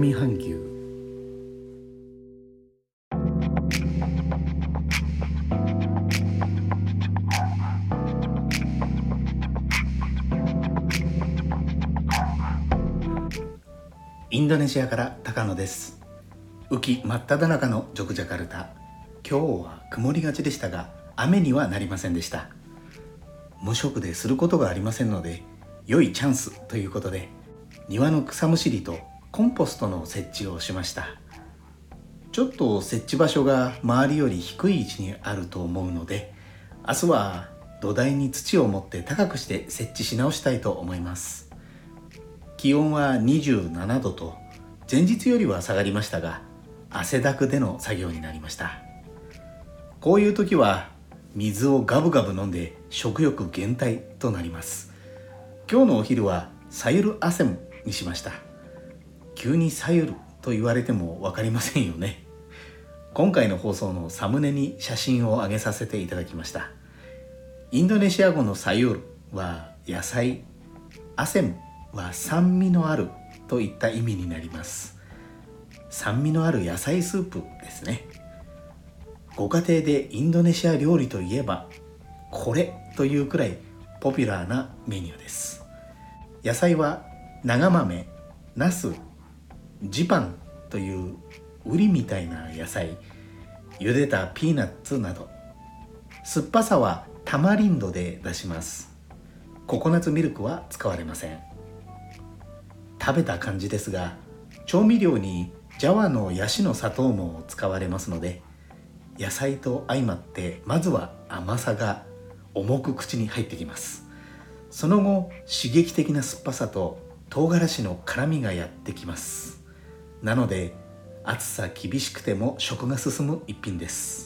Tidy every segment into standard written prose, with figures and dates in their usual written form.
南半球。インドネシアから高野です。雨季真っ只中のジョクジャカルタ。今日は曇りがちでしたが、雨にはなりませんでした。無職ですることがありませんので、良いチャンスということで、庭の草むしりとコンポストの設置をしました。ちょっと設置場所が周りより低い位置にあると思うので、明日は土台に土を持って高くして設置し直したいと思います。気温は27度と前日よりは下がりましたが、汗だくでの作業になりました。こういう時は水をガブガブ飲んで食欲減退となります。今日のお昼はサユルアセムにしました。急にサユルと言われても分かりませんよね。今回の放送のサムネに写真を上げさせていただきました。インドネシア語のサユルは野菜、アセムは酸味のあるといった意味になります。酸味のある野菜スープですね。ご家庭でインドネシア料理といえばこれというくらいポピュラーなメニューです。野菜は長豆、ナス、ジパンというウリみたいな野菜、茹でたピーナッツなど。酸っぱさはタマリンドで出します。ココナッツミルクは使われません。食べた感じですが、調味料にジャワのヤシの砂糖も使われますので、野菜と相まってまずは甘さが重く口に入ってきます。その後、刺激的な酸っぱさと唐辛子の辛みがやってきます。なので暑さ厳しくても食が進む一品です。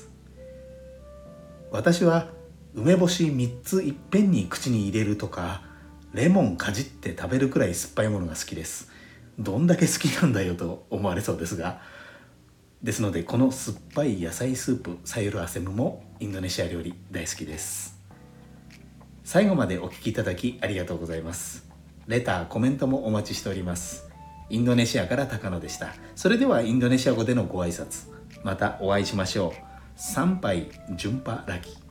私は梅干し3ついっぺんに口に入れるとか、レモンかじって食べるくらい酸っぱいものが好きです。どんだけ好きなんだよと思われそうですが、ですのでこの酸っぱい野菜スープサユルアセムもインドネシア料理大好きです。最後までお聞きいただきありがとうございます。レター、コメントもお待ちしております。インドネシアから高野でした。それではインドネシア語でのご挨拶、またお会いしましょう。サンパイジュンパラギ。